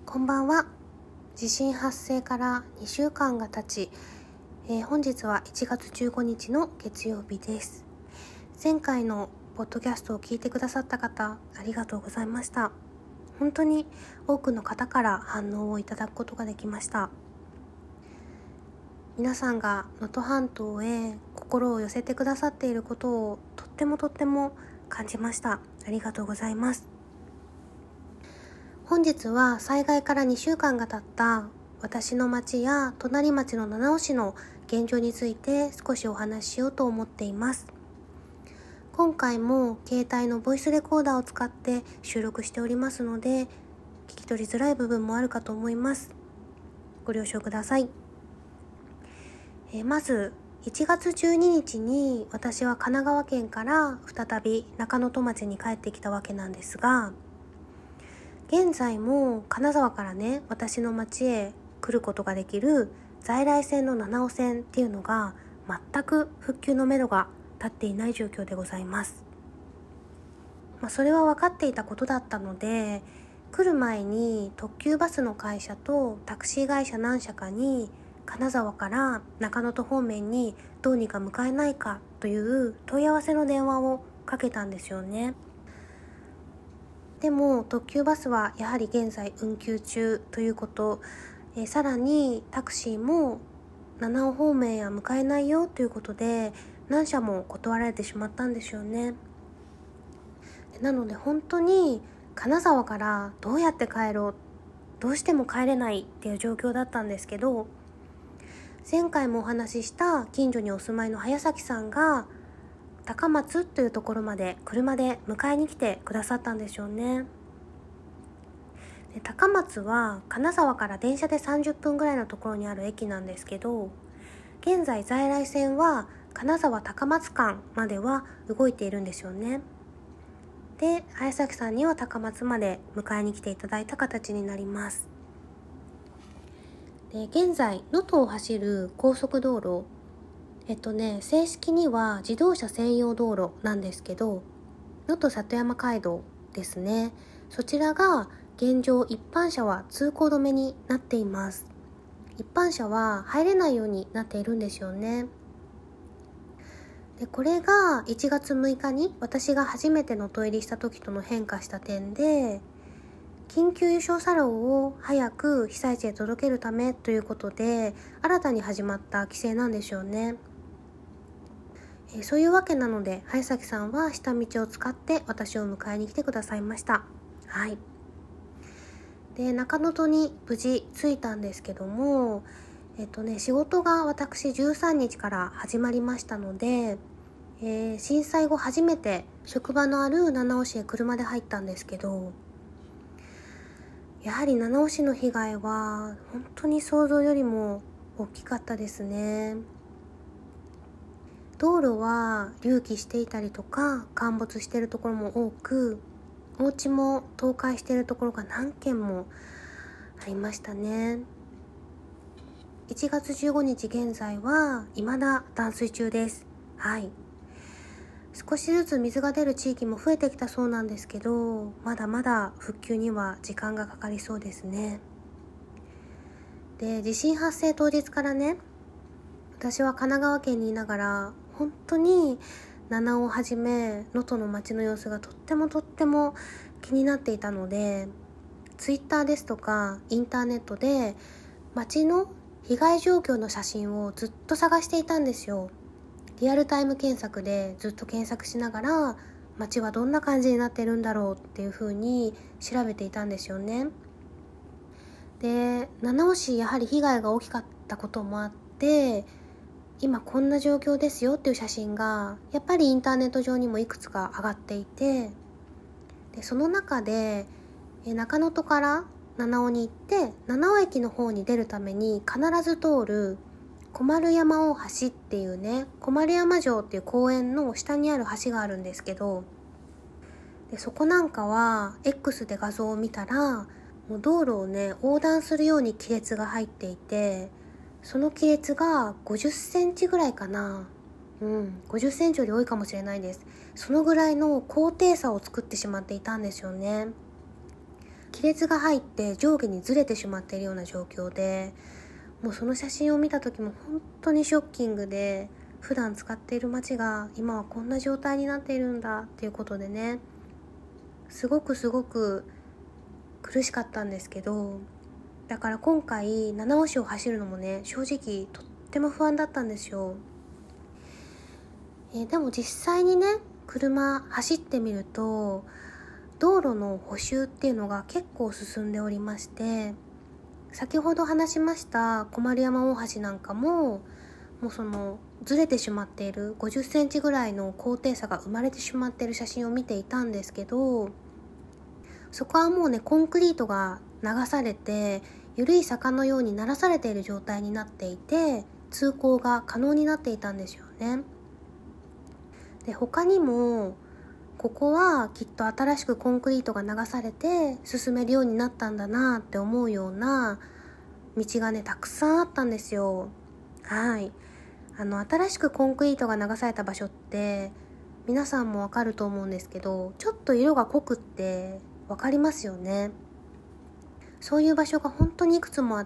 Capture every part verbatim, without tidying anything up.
こんばんは。地震発生からにしゅうかんが経ち、えー、本日はいちがつじゅうごにちの月曜日です。前回のポッドキャストを聞いてくださった方、ありがとうございました。本当に多くの方から反応をいただくことができました。皆さんが能登半島へ心を寄せてくださっていることをとってもとっても感じました。ありがとうございます。本日は災害からにしゅうかんが経った私の町や隣町の七尾市の現状について少しお話ししようと思っています。今回も携帯のボイスレコーダーを使って収録しておりますので、聞き取りづらい部分もあるかと思います。ご了承ください。えー、まずいちがつじゅうににちに私は神奈川県から再び中能登町に帰ってきたわけなんですが、現在も金沢からね、私の町へ来ることができる在来線の七尾線っていうのが全く復旧のめどが立っていない状況でございます。まあ、それは分かっていたことだったので、来る前に特急バスの会社とタクシー会社何社かに金沢から中能登方面にどうにか向かえないかという問い合わせの電話をかけたんですよね。でも特急バスはやはり現在運休中ということ、えー、さらにタクシーも七尾方面へは向かえないよということで何社も断られてしまったんですよね。なので本当に金沢からどうやって帰ろう、どうしても帰れないっていう状況だったんですけど、前回もお話しした近所にお住まいの早崎さんが高松というところまで車で迎えに来てくださったんですよね。で、高松は金沢から電車でさんじゅっぷんぐらいのところにある駅なんですけど、現在在来線は金沢高松間までは動いているんですよね。で、早崎さんには高松まで迎えに来ていただいた形になります。で、現在能登を走る高速道路、えっとね、正式には自動車専用道路なんですけど、能登里山街道ですね。そちらが現状一般車は通行止めになっています。一般車は入れないようになっているんですよね。で、これがいちがつむいかに私が初めて能登入りした時との変化した点で、緊急輸送車両を早く被災地へ届けるためということで新たに始まった規制なんですよね。えー、そういうわけなので早崎さんは下道を使って私を迎えに来てくださいました。はい。で、中能登に無事着いたんですけども、えっとね仕事が私じゅうさんにちから始まりましたので、えー、震災後初めて職場のある七尾市へ車で入ったんですけど、やはり七尾市の被害は本当に想像よりも大きかったですね。道路は隆起していたりとか陥没しているところも多く、お家も倒壊しているところが何軒もありましたね。いちがつじゅうごにち現在は未だ断水中です。はい。少しずつ水が出る地域も増えてきたそうなんですけど、まだまだ復旧には時間がかかりそうですね。で、地震発生当日からね、私は神奈川県にいながら本当に七尾をはじめ能登の街の様子がとってもとっても気になっていたので、ツイッターですとかインターネットで街の被害状況の写真をずっと探していたんですよ。リアルタイム検索でずっと検索しながら街はどんな感じになってるんだろうっていう風に調べていたんですよね。で、七尾市やはり被害が大きかったこともあって、今こんな状況ですよっていう写真がやっぱりインターネット上にもいくつか上がっていて、でその中で中能登から七尾に行って七尾駅の方に出るために必ず通る小丸山大橋っていうね、小丸山城っていう公園の下にある橋があるんですけど、でそこなんかは X で画像を見たらもう道路をね横断するように亀裂が入っていて、その亀裂がごじゅっセンチぐらいかな、うんごじゅっセンチより多いかもしれないです。そのぐらいの高低差を作ってしまっていたんですよね。 亀裂が入って上下にずれてしまっているような状況で、もうその写真を見た時も本当にショッキングで、普段使っている街が今はこんな状態になっているんだっていうことでね、すごくすごく苦しかったんですけど、だから今回七尾市を走るのもね、正直とっても不安だったんですよ。えー、でも実際にね、車走ってみると道路の補修っていうのが結構進んでおりまして、先ほど話しました小丸山大橋なんかも、もうそのずれてしまっているごじゅっセンチぐらいの高低差が生まれてしまっている写真を見ていたんですけど、そこはもうね、コンクリートが流されて緩い坂のようにならされている状態になっていて、通行が可能になっていたんですよね。で、他にもここはきっと新しくコンクリートが流されて進めるようになったんだなって思うような道がね、たくさんあったんですよ。はい。あの、新しくコンクリートが流された場所って皆さんもわかると思うんですけど、ちょっと色が濃くってわかりますよね。そういう場所が本当にいくつもあって、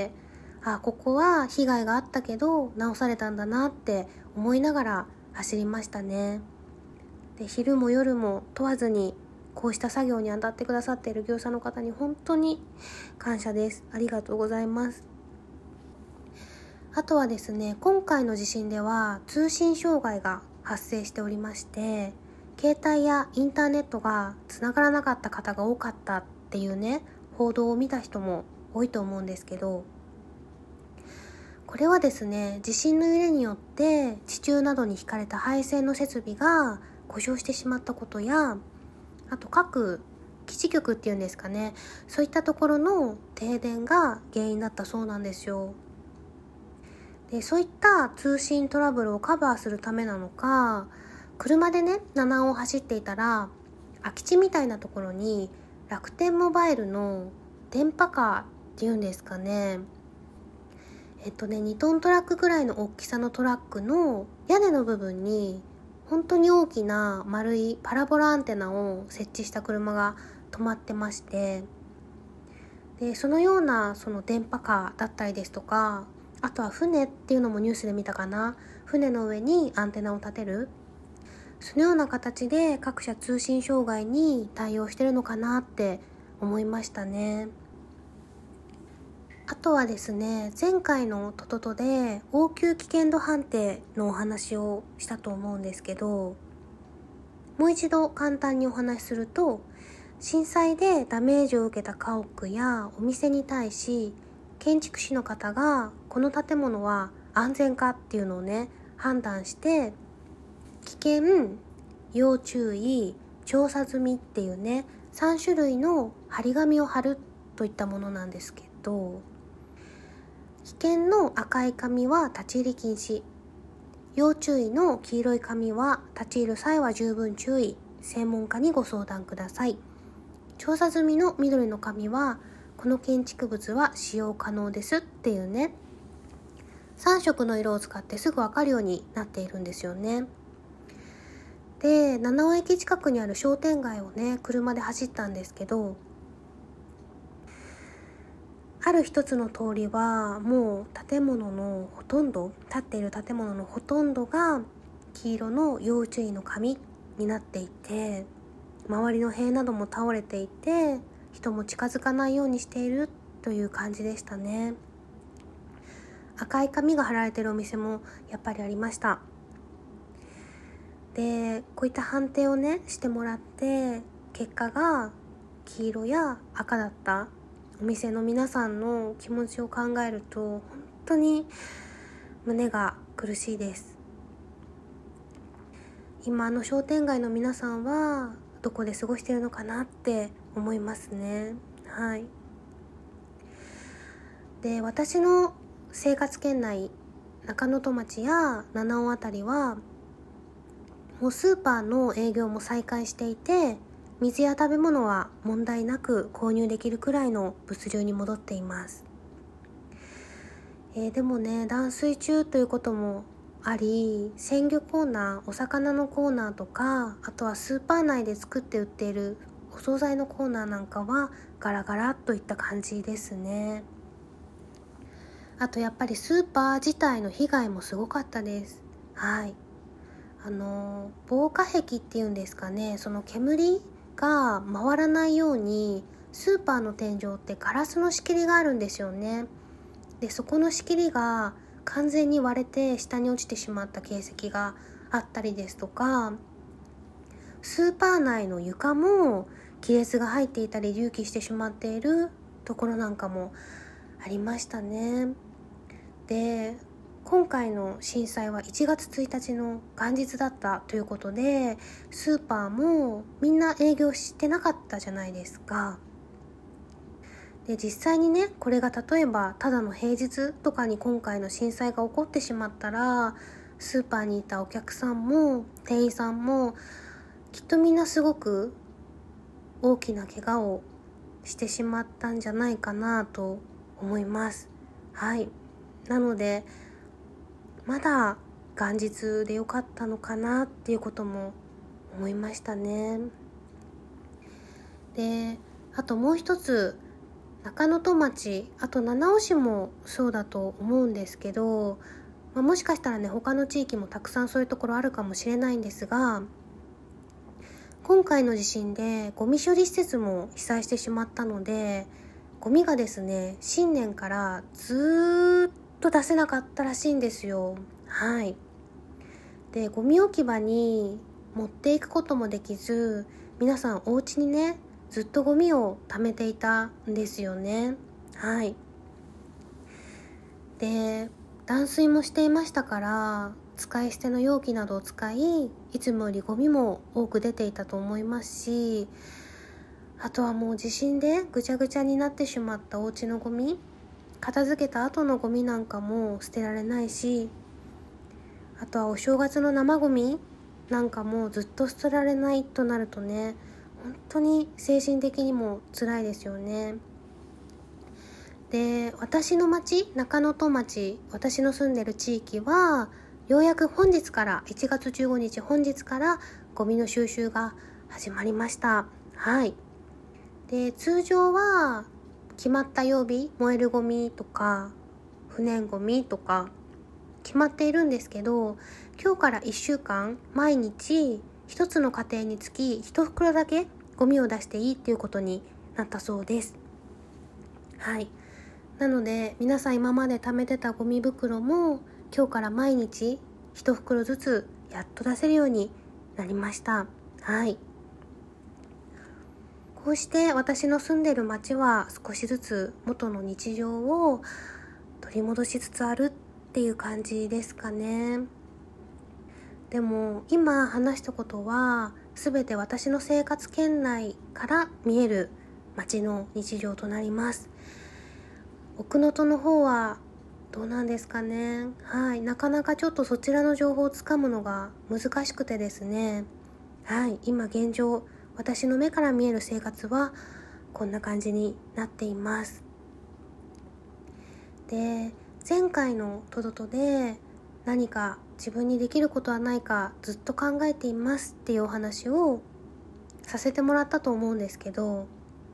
あ、ここは被害があったけど直されたんだなって思いながら走りましたね。で、昼も夜も問わずにこうした作業に当たってくださっている業者の方に本当に感謝です。ありがとうございます。あとはですね、今回の地震では通信障害が発生しておりまして、携帯やインターネットがつながらなかった方が多かったっていうね、報道を見た人も多いと思うんですけど、これはですね、地震の揺れによって地中などに引かれた配線の設備が故障してしまったことや、あと各基地局っていうんですかね、そういったところの停電が原因だったそうなんですよ。で、そういった通信トラブルをカバーするためなのか、車でね、七尾を走っていたら空き地みたいなところに楽天モバイルの電波カーっていうんですかね、えっとねにトントラックぐらいの大きさのトラックの屋根の部分に本当に大きな丸いパラボラアンテナを設置した車が止まってまして、でそのようなその電波カーだったりですとか、あとは船っていうのもニュースで見たかな、船の上にアンテナを立てる、そのような形で各社通信障害に対応してるのかなって思いましたね。あとはですね、前回のトトトで応急危険度判定のお話をしたと思うんですけど、もう一度簡単にお話しすると、震災でダメージを受けた家屋やお店に対し、建築士の方がこの建物は安全かっていうのをね、判断して、危険、要注意、調査済みっていうね、さん種類の張り紙を貼るといったものなんですけど、危険の赤い紙は立ち入り禁止、要注意の黄色い紙は立ち入る際は十分注意、専門家にご相談ください。調査済みの緑の紙はこの建築物は使用可能ですっていうね、さん色の色を使ってすぐわかるようになっているんですよね。で、七尾駅近くにある商店街をね、車で走ったんですけど、ある一つの通りはもう建物のほとんど、建っている建物のほとんどが黄色の要注意の紙になっていて、周りの塀なども倒れていて、人も近づかないようにしているという感じでしたね。赤い紙が貼られているお店もやっぱりありました。で、こういった判定をねしてもらって、結果が黄色や赤だったお店の皆さんの気持ちを考えると本当に胸が苦しいです。今の商店街の皆さんはどこで過ごしているのかなって思いますね。はい。で、私の生活圏内、中能登町や七尾あたりはもうスーパーの営業も再開していて、水や食べ物は問題なく購入できるくらいの物流に戻っています。えー、でもね、断水中ということもあり、鮮魚コーナー、お魚のコーナーとか、あとはスーパー内で作って売っているお惣菜のコーナーなんかはガラガラっといった感じですね。あとやっぱりスーパー自体の被害もすごかったです。はい。あの防火壁っていうんですかね、その煙が回らないようにスーパーの天井ってガラスの仕切りがあるんですよね。でそこの仕切りが完全に割れて下に落ちてしまった形跡があったりですとか、スーパー内の床も亀裂が入っていたり隆起してしまっているところなんかもありましたね。で今回の震災はいちがつついたちの元日だったということで、スーパーもみんな営業してなかったじゃないですか。で実際にね、これが例えばただの平日とかに今回の震災が起こってしまったら、スーパーにいたお客さんも店員さんもきっとみんなすごく大きな怪我をしてしまったんじゃないかなと思います。はい。なのでまだ元日でよかったのかなっていうことも思いましたね。であともう一つ、中能登町、あと七尾市もそうだと思うんですけど、まあ、もしかしたらね他の地域もたくさんそういうところあるかもしれないんですが、今回の地震でゴミ処理施設も被災してしまったので、ゴミがですね新年からずっと出せなかったらしいんですよ。はい。でゴミ置き場に持っていくこともできず、皆さんお家にねずっとゴミを貯めていたんですよね。はい。で断水もしていましたから、使い捨ての容器などを使い、いつもよりゴミも多く出ていたと思いますし、あとはもう地震でぐちゃぐちゃになってしまったお家のゴミ、片付けた後のゴミなんかも捨てられないし、あとはお正月の生ゴミなんかもずっと捨てられないとなるとね、本当に精神的にも辛いですよね。で私の町、中能登町、私の住んでる地域はようやく本日からいちがつじゅうごにち、本日からゴミの収集が始まりました。はい。で通常は決まった曜日、燃えるゴミとか不燃ゴミとか決まっているんですけど、今日からいっしゅうかん毎日一つの家庭につき一袋だけゴミを出していいっていうことになったそうです。はい。なので皆さん今まで貯めてたゴミ袋も今日から毎日一袋ずつやっと出せるようになりました。はい。こうして私の住んでる町は少しずつ元の日常を取り戻しつつあるっていう感じですかね。でも今話したことは全て私の生活圏内から見える町の日常となります。奥能登の方はどうなんですかね。はい、なかなかちょっとそちらの情報をつかむのが難しくてですね。はい、今現状私の目から見える生活はこんな感じになっています。で前回のトドトで何か自分にできることはないかずっと考えていますっていうお話をさせてもらったと思うんですけど、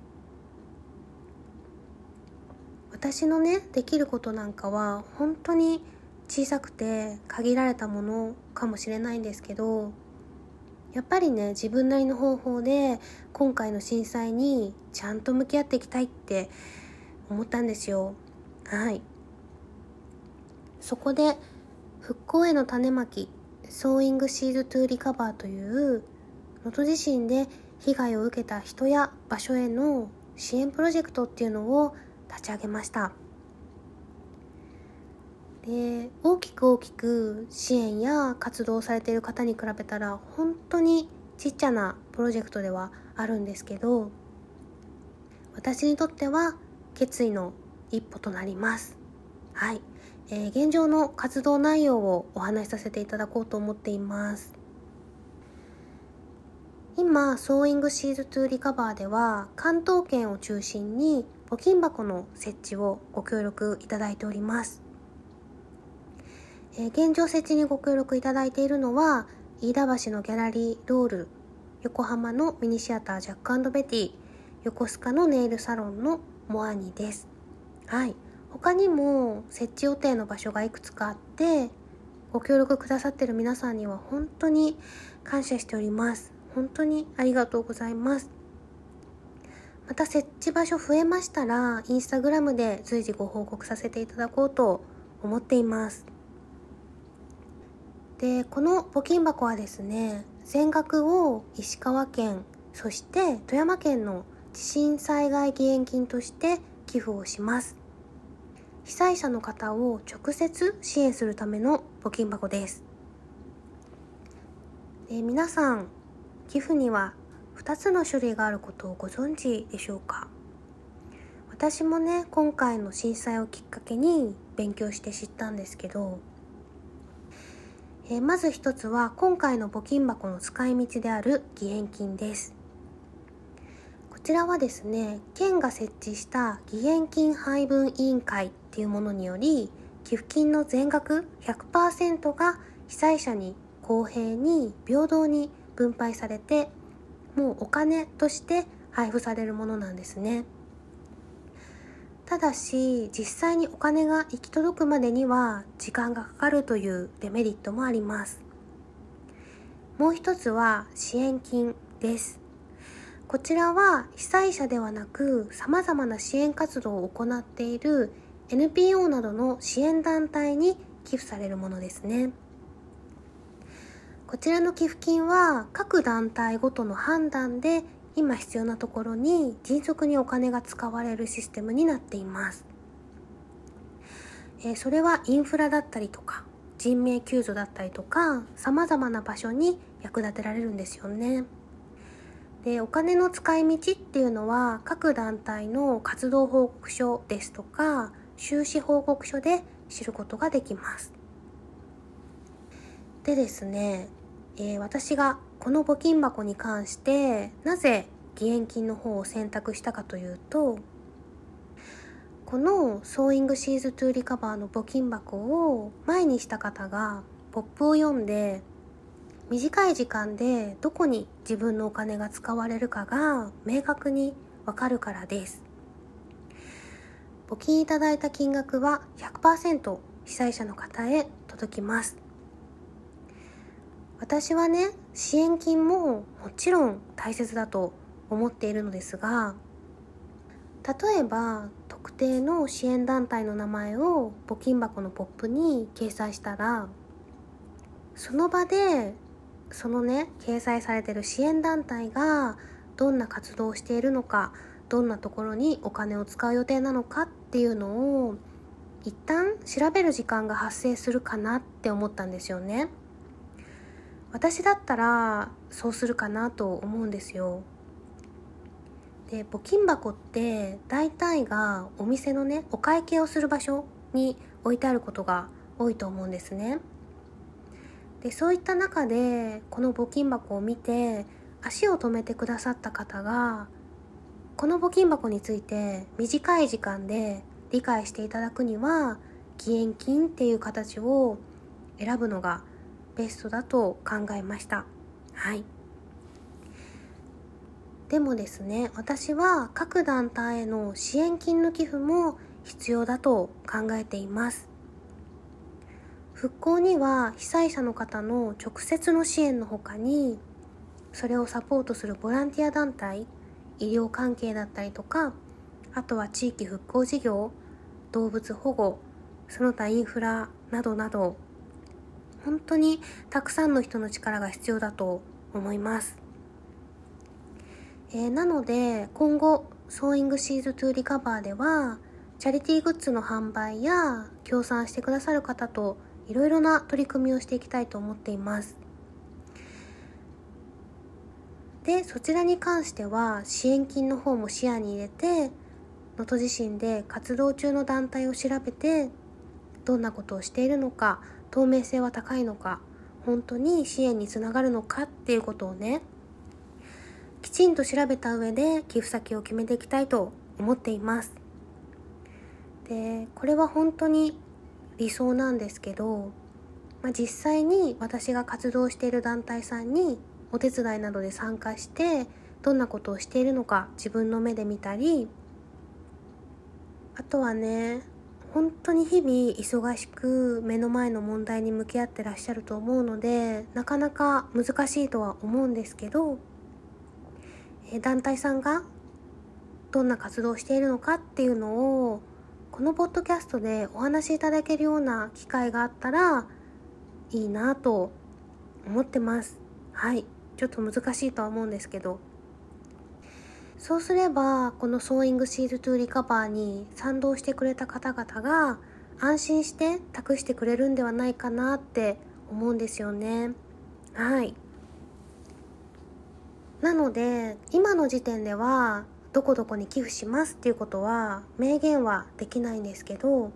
私のねできることなんかは本当に小さくて限られたものかもしれないんですけど、やっぱりね自分なりの方法で今回の震災にちゃんと向き合っていきたいって思ったんですよ。はい。そこで復興への種まき、ソーイングシーズトゥーリカバーという能登地震で被害を受けた人や場所への支援プロジェクトっていうのを立ち上げました。で大きく大きく支援や活動をされている方に比べたら本当にちっちゃなプロジェクトではあるんですけど、私にとっては決意の一歩となります。はい、えー、現状の活動内容をお話しさせていただこうと思っています。今ソーイングシーズトゥーリカバーでは関東圏を中心に募金箱の設置をご協力いただいております。えー、現状設置にご協力いただいているのは飯田橋のギャラリーロール横浜のミニシアタージャック&ベティ、横須賀のネイルサロンのモアニです。はい、他にも設置予定の場所がいくつかあって、ご協力くださっている皆さんには本当に感謝しております。本当にありがとうございます。また設置場所増えましたら、インスタグラムで随時ご報告させていただこうと思っています。で、この募金箱はですね、全額を石川県、そして富山県の地震災害義援金として寄付をします。被災者の方を直接支援するための募金箱です。で、皆さん、寄付にはふたつの種類があることをご存知でしょうか。私もね、今回の震災をきっかけに勉強して知ったんですけど、えー、まず一つは今回の募金箱の使い道である義援金です。こちらはですね、県が設置した義援金配分委員会っていうものにより、寄付金の全額 ひゃくパーセント が被災者に公平に平等に分配されて、もうお金として配布されるものなんですね。ただし、実際にお金が行き届くまでには時間がかかるというデメリットもあります。もう一つは支援金です。こちらは被災者ではなく、様々な支援活動を行っている エヌピーオー などの支援団体に寄付されるものですね。こちらの寄付金は各団体ごとの判断で今必要なところに迅速にお金が使われるシステムになっています。えー、それはインフラだったりとか人命救助だったりとか様々な場所に役立てられるんですよね。で、お金の使い道っていうのは各団体の活動報告書ですとか収支報告書で知ることができます。でですね、えー、私がこの募金箱に関してなぜ義援金の方を選択したかというと、このソーイングシーズトゥーリカバーの募金箱を前にした方がポップを読んで、短い時間でどこに自分のお金が使われるかが明確にわかるからです。募金いただいた金額は ひゃくパーセント 被災者の方へ届きます。私はね、支援金ももちろん大切だと思っているのですが、例えば特定の支援団体の名前を募金箱のポップに掲載したら、その場でそのね、掲載されている支援団体がどんな活動をしているのか、どんなところにお金を使う予定なのかっていうのを一旦調べる時間が発生するかなって思ったんですよね。私だったらそうするかなと思うんですよ。で、募金箱って大体がお店のね、お会計をする場所に置いてあることが多いと思うんですね。で、そういった中でこの募金箱を見て足を止めてくださった方が、この募金箱について短い時間で理解していただくには義援金っていう形を選ぶのがベストだと考えました。はい。でもですね、私は各団体への支援金の寄付も必要だと考えています。復興には被災者の方の直接の支援のほかに、それをサポートするボランティア団体、医療関係だったりとか、あとは地域復興事業、動物保護、その他インフラなどなど、本当にたくさんの人の力が必要だと思います。えー、なので今後ソーイングシーズトゥーリカバーではチャリティーグッズの販売や協賛してくださる方といろいろな取り組みをしていきたいと思っています。で、そちらに関しては支援金の方も視野に入れて、能登地震で活動中の団体を調べて、どんなことをしているのか、透明性は高いのか、本当に支援につながるのかっていうことをね、きちんと調べた上で寄付先を決めていきたいと思っています。で、これは本当に理想なんですけど、まあ、実際に私が活動している団体さんにお手伝いなどで参加してどんなことをしているのか自分の目で見たり、あとはね、本当に日々忙しく目の前の問題に向き合ってらっしゃると思うので、なかなか難しいとは思うんですけど、団体さんがどんな活動をしているのかっていうのをこのポッドキャストでお話しいただけるような機会があったらいいなと思ってます。はい、ちょっと難しいとは思うんですけど、そうすればこのソーイングシーズトゥリカバーに賛同してくれた方々が安心して託してくれるんではないかなって思うんですよね。はい。なので今の時点ではどこどこに寄付しますっていうことは明言はできないんですけど、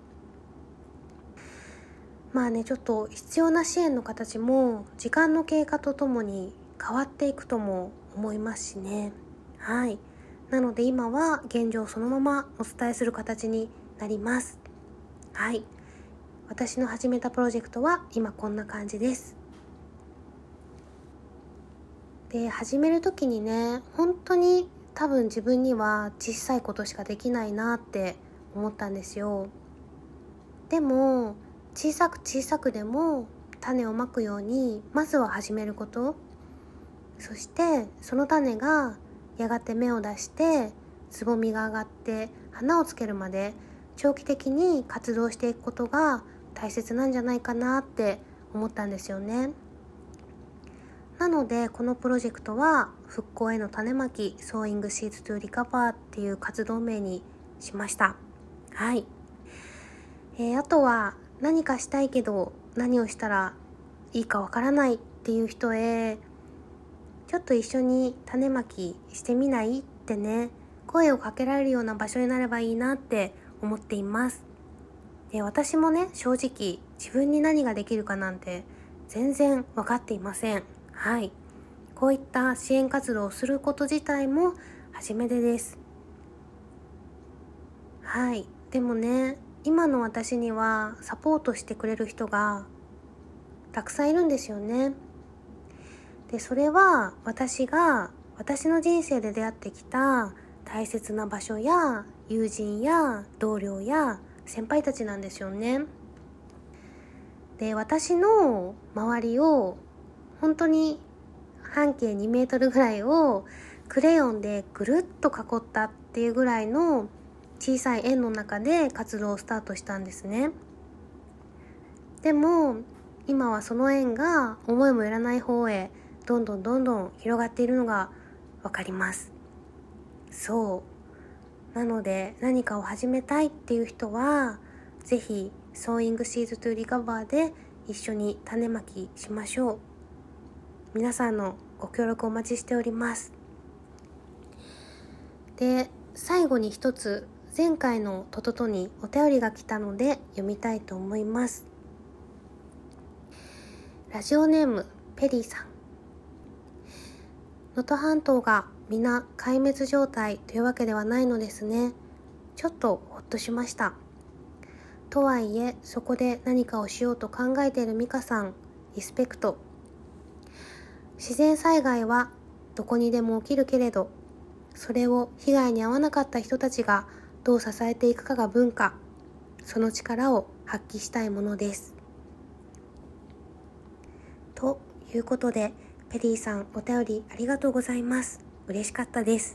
まあね、ちょっと必要な支援の形も時間の経過とともに変わっていくとも思いますしね。はい。なので今は現状そのままお伝えする形になります。はい。私の始めたプロジェクトは今こんな感じです。で、始める時にね、本当に多分自分には小さいことしかできないなって思ったんですよ。でも小さく小さくでも種をまくようにまずは始めること、そしてその種がやがて芽を出してつぼみが上がって花をつけるまで長期的に活動していくことが大切なんじゃないかなって思ったんですよね。なのでこのプロジェクトは復興への種まき Sowing Seeds to Recover っていう活動名にしました。はい、えー、あとは何かしたいけど何をしたらいいかわからないっていう人へちょっと一緒に種まきしてみないってね、声をかけられるような場所になればいいなって思っています。で、私もね、正直自分に何ができるかなんて全然分かっていません。はい。こういった支援活動をすること自体も初めてです。はい。でもね、今の私にはサポートしてくれる人がたくさんいるんですよね。で、それは私が私の人生で出会ってきた大切な場所や友人や同僚や先輩たちなんですよね。で、私の周りを本当に半径にメートルぐらいをクレヨンでぐるっと囲ったっていうぐらいの小さい円の中で活動をスタートしたんですね。でも今はその円が思いもよらない方へどんどんどんどん広がっているのがわかります。そうなので、何かを始めたいっていう人はぜひ Sowing Seeds to Recover で一緒に種まきしましょう。皆さんのご協力お待ちしております。で、最後に一つ前回のトトトにお便りが来たので読みたいと思います。ラジオネームペリーさん。能登半島が皆壊滅状態というわけではないのですね。ちょっとほっとしました。とはいえそこで何かをしようと考えているミカさん、リスペクト。自然災害はどこにでも起きるけれど、それを被害に遭わなかった人たちがどう支えていくかが文化、その力を発揮したいものです。ということで、ペリーさんお便りありがとうございます。嬉しかったです。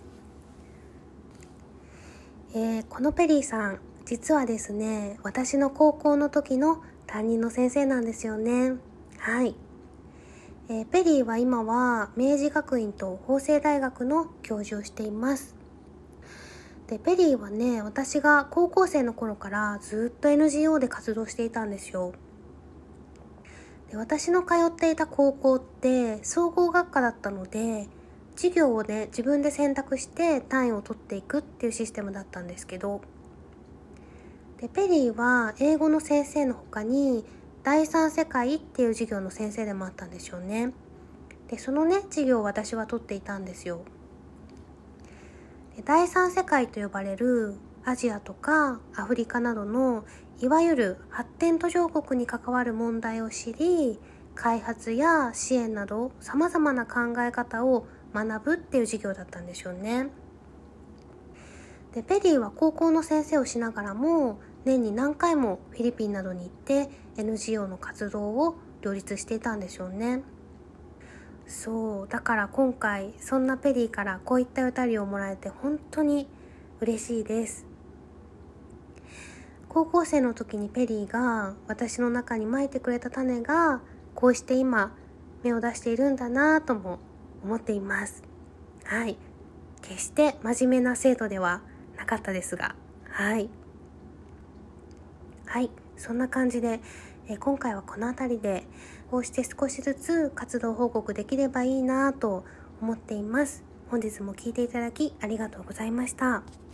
えー、このペリーさん、実はですね、私の高校の時の担任の先生なんですよね。はい。えー、ペリーは今は明治学院と法政大学の教授をしています。で、ペリーはね、私が高校生の頃からずっと エヌジーオー で活動していたんですよ。で、私の通っていた高校って総合学科だったので、授業をね、自分で選択して単位を取っていくっていうシステムだったんですけど、で、ペリーは英語の先生の他に第三世界っていう授業の先生でもあったんですよね。で、そのね、授業を私は取っていたんですよ。で、第三世界と呼ばれるアジアとかアフリカなどのいわゆる発展途上国に関わる問題を知り、 開発や支援など様々な考え方を学ぶっていう授業だったんでしょうね。で、ペリーは高校の先生をしながらも年に何回もフィリピンなどに行って エヌジーオー の活動を両立していたんでしょうね。そうだから今回そんなペリーからこういったお便りをもらえて本当に嬉しいです。高校生の時にペリーが私の中にまいてくれた種がこうして今芽を出しているんだなとも思っています。はい、決して真面目な生徒ではなかったですが、はいはいそんな感じで、え今回はこの辺りでこうして少しずつ活動報告できればいいなと思っています。本日も聞いていただきありがとうございました。